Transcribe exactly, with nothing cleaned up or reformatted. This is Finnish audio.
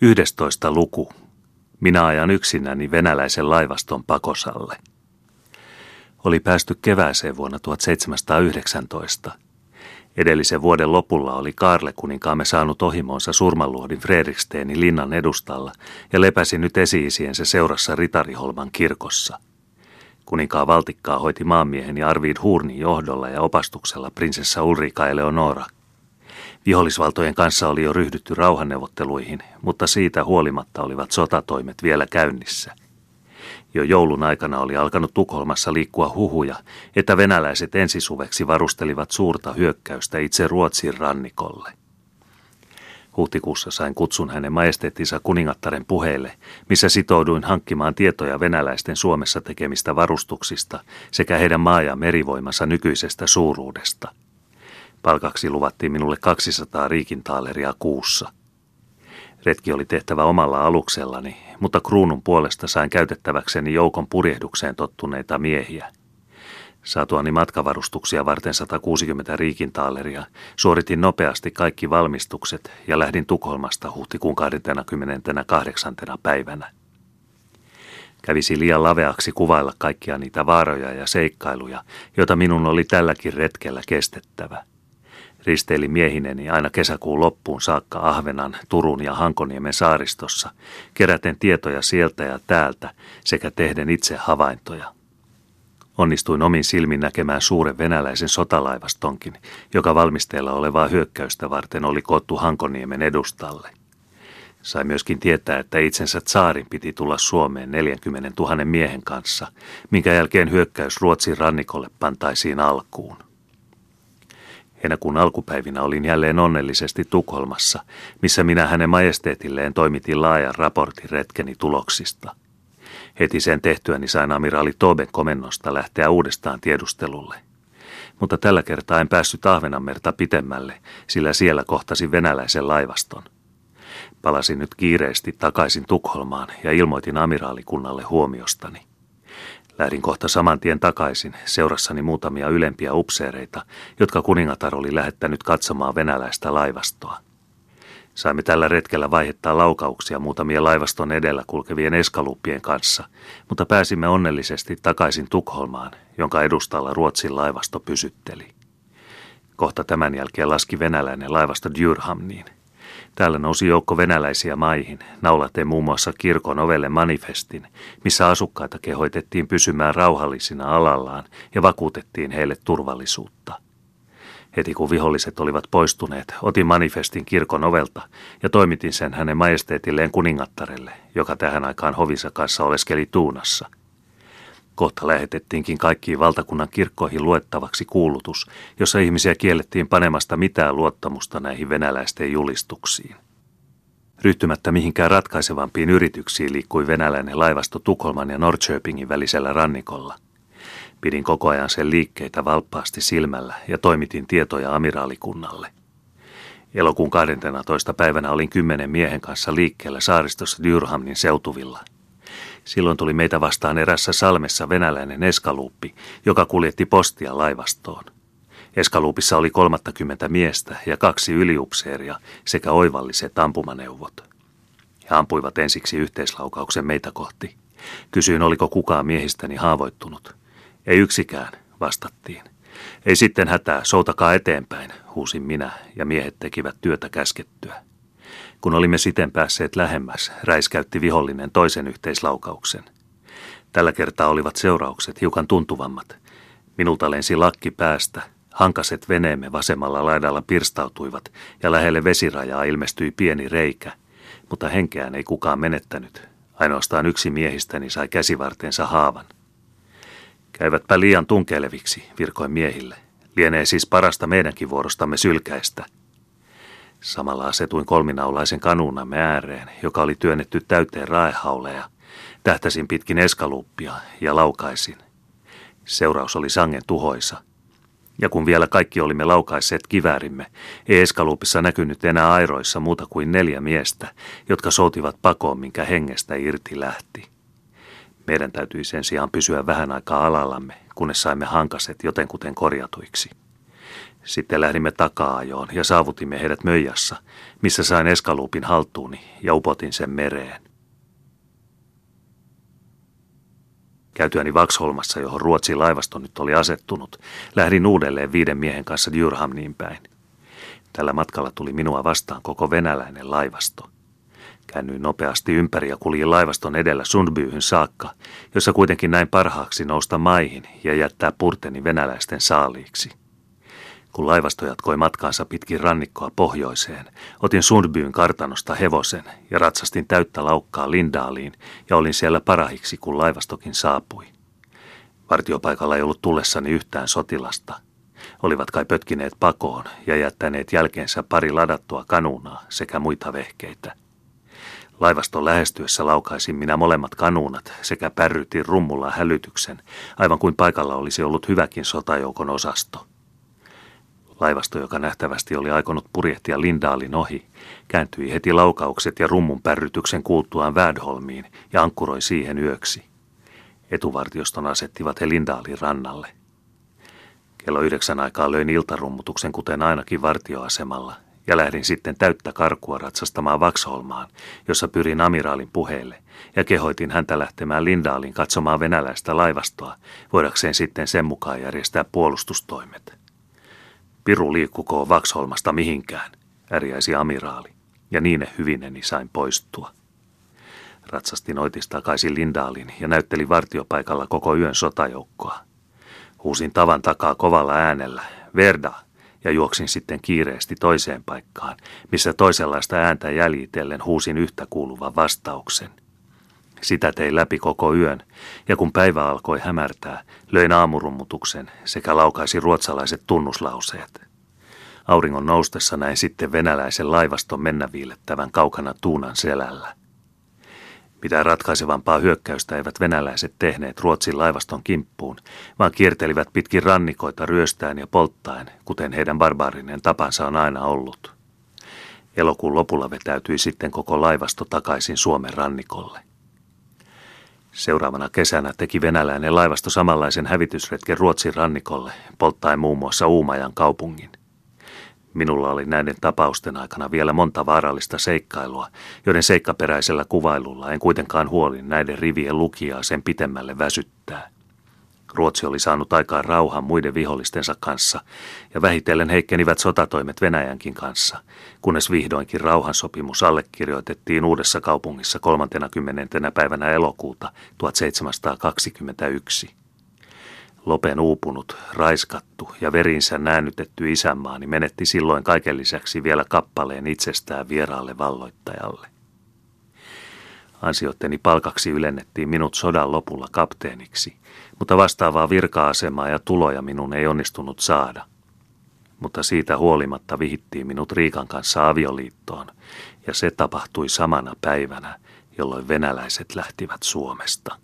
Yhdestoista luku. Minä ajan yksinäni venäläisen laivaston pakosalle. Oli päästy kevääseen vuonna tuhatseitsemänsataayhdeksäntoista. Edellisen vuoden lopulla oli Kaarle kuninkaamme saanut ohimoonsa surmanluodin Fredriksteinin linnan edustalla ja lepäsi nyt esi-isiensä seurassa Ritariholman kirkossa. Kuninkaan valtikkaa hoiti maanmieheni Arvid Hurnin johdolla ja opastuksella prinsessa Ulrika Eleonora. Vihollisvaltojen kanssa oli jo ryhdytty rauhanneuvotteluihin, mutta siitä huolimatta olivat sotatoimet vielä käynnissä. Jo joulun aikana oli alkanut Tukholmassa liikkua huhuja, että venäläiset ensisuveksi varustelivat suurta hyökkäystä itse Ruotsin rannikolle. Huhtikuussa sain kutsun hänen majesteettinsa kuningattaren puheille, missä sitouduin hankkimaan tietoja venäläisten Suomessa tekemistä varustuksista sekä heidän maa- ja merivoimansa nykyisestä suuruudesta. Palkaksi luvattiin minulle kaksisataa riikintaaleria kuussa. Retki oli tehtävä omalla aluksellani, mutta kruunun puolesta sain käytettäväkseni joukon purjehdukseen tottuneita miehiä. Saatuani matkavarustuksia varten satakuusikymmentä riikintaaleria, suoritin nopeasti kaikki valmistukset ja lähdin Tukholmasta huhtikuun kahdeskymmeneskahdeksas päivänä. Kävisi liian laveaksi kuvailla kaikkia niitä vaaroja ja seikkailuja, joita minun oli tälläkin retkellä kestettävä. Risteilin miehineni aina kesäkuun loppuun saakka Ahvenan, Turun ja Hankoniemen saaristossa, keräten tietoja sieltä ja täältä sekä tehden itse havaintoja. Onnistuin omin silmin näkemään suuren venäläisen sotalaivastonkin, joka valmisteilla olevaa hyökkäystä varten oli koottu Hankoniemen edustalle. Sai myöskin tietää, että itsensä tsaarin piti tulla Suomeen neljänkymmenentuhannen miehen kanssa, minkä jälkeen hyökkäys Ruotsin rannikolle pantaisiin alkuun. Heinäkuun alkupäivinä olin jälleen onnellisesti Tukholmassa, missä minä hänen majesteetilleen toimitin laajan raportin retkeni tuloksista. Heti sen tehtyäni sain amiraali Toben komennosta lähteä uudestaan tiedustelulle. Mutta tällä kertaa en päässyt Ahvenanmerta pitemmälle, sillä siellä kohtasin venäläisen laivaston. Palasin nyt kiireesti takaisin Tukholmaan ja ilmoitin amiraalikunnalle huomiostani. Lähdin kohta saman tien takaisin, seurassani muutamia ylempiä upseereita, jotka kuningatar oli lähettänyt katsomaan venäläistä laivastoa. Saimme tällä retkellä vaihettaa laukauksia muutamia laivaston edellä kulkevien eskaluuppien kanssa, mutta pääsimme onnellisesti takaisin Tukholmaan, jonka edustalla Ruotsin laivasto pysytteli. Kohta tämän jälkeen laski venäläinen laivasto Djurhamniin. Täällä nousi joukko venäläisiä maihin, naulaten muun muassa kirkon ovelle manifestin, missä asukkaita kehoitettiin pysymään rauhallisina alallaan ja vakuutettiin heille turvallisuutta. Heti kun viholliset olivat poistuneet, otin manifestin kirkon ovelta ja toimitin sen hänen majesteetilleen kuningattarelle, joka tähän aikaan hovinsa kanssa oleskeli Tuunassa. Kohta lähetettiinkin kaikkiin valtakunnan kirkkoihin luettavaksi kuulutus, jossa ihmisiä kiellettiin panemasta mitään luottamusta näihin venäläisten julistuksiin. Ryhtymättä mihinkään ratkaisevampiin yrityksiin liikkui venäläinen laivasto Tukholman ja Norrköpingin välisellä rannikolla. Pidin koko ajan sen liikkeitä valppaasti silmällä ja toimitin tietoja amiraalikunnalle. Elokuun kahdenteentoista päivänä olin kymmenen miehen kanssa liikkeellä saaristossa Djurhamnin seutuvilla. Silloin tuli meitä vastaan erässä salmessa venäläinen eskaluuppi, joka kuljetti postia laivastoon. Eskaluupissa oli kolmattakymmentä miestä ja kaksi yliupseeria sekä oivalliset ampumaneuvot. He ampuivat ensiksi yhteislaukauksen meitä kohti. Kysyin, oliko kukaan miehistäni haavoittunut. Ei yksikään, vastattiin. Ei sitten hätää, soutakaa eteenpäin, huusin minä, ja miehet tekivät työtä käskettyä. Kun olimme siten päässeet lähemmäs, räiskäytti vihollinen toisen yhteislaukauksen. Tällä kertaa olivat seuraukset hiukan tuntuvammat. Minulta lensi lakki päästä, hankaset veneemme vasemmalla laidalla pirstautuivat ja lähelle vesirajaa ilmestyi pieni reikä, mutta henkeään ei kukaan menettänyt. Ainoastaan yksi miehistäni sai käsivartensa haavan. Käyvätpä liian tunkeileviksi, virkoin miehille. Lienee siis parasta meidänkin vuorostamme sylkäistä. Samalla asetuin kolminaulaisen kanuunamme ääreen, joka oli työnnetty täyteen raehauleja. Tähtäsin pitkin eskaluuppia ja laukaisin. Seuraus oli sangen tuhoisa. Ja kun vielä kaikki olimme laukaisseet kiväärimme, ei eskaluupissa näkynyt enää airoissa muuta kuin neljä miestä, jotka soutivat pakoon, minkä hengestä irti lähti. Meidän täytyi sen sijaan pysyä vähän aikaa alallamme, kunnes saimme hankaset jotenkuten korjatuiksi. Sitten lähdimme taka-ajoon ja saavutimme heidät Möijassa, missä sain eskaluupin haltuuni ja upotin sen mereen. Käytyäni Vaxholmassa, johon Ruotsin laivasto nyt oli asettunut, lähdin uudelleen viiden miehen kanssa Djurhamniin päin. Tällä matkalla tuli minua vastaan koko venäläinen laivasto. Käännyin nopeasti ympäri ja kuljin laivaston edellä Sundbyhyn saakka, jossa kuitenkin näin parhaaksi nousta maihin ja jättää purteni venäläisten saaliiksi. Kun laivasto jatkoi matkaansa pitkin rannikkoa pohjoiseen, otin Sundbyn kartanosta hevosen ja ratsastin täyttä laukkaa Lindaaliin ja olin siellä parahiksi, kun laivastokin saapui. Vartiopaikalla ei ollut tullessani yhtään sotilasta. Olivat kai pötkineet pakoon ja jättäneet jälkeensä pari ladattua kanuunaa sekä muita vehkeitä. Laivaston lähestyessä laukaisin minä molemmat kanuunat sekä pärrytin rummulla hälytyksen, aivan kuin paikalla olisi ollut hyväkin sotajoukon osasto. Laivasto, joka nähtävästi oli aikonut purjehtia Lindaalin ohi, kääntyi heti laukaukset ja rummun pärrytyksen kuultuaan Värdholmiin ja ankkuroi siihen yöksi. Etuvartioston asettivat he Lindaalin rannalle. Kello yhdeksän aikaa löin iltarummutuksen kuten ainakin vartioasemalla ja lähdin sitten täyttä karkua ratsastamaan Vaxholmaan, jossa pyrin amiraalin puheelle ja kehoitin häntä lähtemään Lindaalin katsomaan venäläistä laivastoa, voidakseen sitten sen mukaan järjestää puolustustoimet. Piru liikkukoon Vaxholmasta mihinkään, ärjäisi amiraali, ja niin hyvineni sain poistua. Ratsastin oitis takaisin Lindaalin ja näyttelin vartiopaikalla koko yön sotajoukkoa. Huusin tavan takaa kovalla äänellä, Verda, ja juoksin sitten kiireesti toiseen paikkaan, missä toisenlaista ääntä jäljitellen huusin yhtä kuuluvan vastauksen. Sitä tein läpi koko yön, ja kun päivä alkoi hämärtää, löin aamurummutuksen sekä laukaisin ruotsalaiset tunnuslauseet. Auringon noustessa näin sitten venäläisen laivaston mennä viilettävän kaukana Tuunan selällä. Mitään ratkaisevampaa hyökkäystä eivät venäläiset tehneet Ruotsin laivaston kimppuun, vaan kiertelivät pitkin rannikoita ryöstäen ja polttaen, kuten heidän barbaarinen tapansa on aina ollut. Elokuun lopulla vetäytyi sitten koko laivasto takaisin Suomen rannikolle. Seuraavana kesänä teki venäläinen laivasto samanlaisen hävitysretken Ruotsin rannikolle, polttaen muun muassa Uumajan kaupungin. Minulla oli näiden tapausten aikana vielä monta vaarallista seikkailua, joiden seikkaperäisellä kuvailulla en kuitenkaan huolin näiden rivien lukijaa sen pitemmälle väsyttää. Ruotsi oli saanut aikaan rauhan muiden vihollistensa kanssa, ja vähitellen heikkenivät sotatoimet Venäjänkin kanssa, kunnes vihdoinkin rauhansopimus allekirjoitettiin Uudessa kaupungissa kolmantenakymmenentenä päivänä elokuuta tuhatseitsemänsataakaksikymmentäyksi. Lopen uupunut, raiskattu ja verinsä näännytetty isänmaani menetti silloin kaiken lisäksi vielä kappaleen itsestään vieraalle valloittajalle. Ansioitteni palkaksi ylennettiin minut sodan lopulla kapteeniksi, mutta vastaavaa virka-asemaa ja tuloja minun ei onnistunut saada. Mutta siitä huolimatta vihittiin minut Riikan kanssa avioliittoon, ja se tapahtui samana päivänä, jolloin venäläiset lähtivät Suomesta.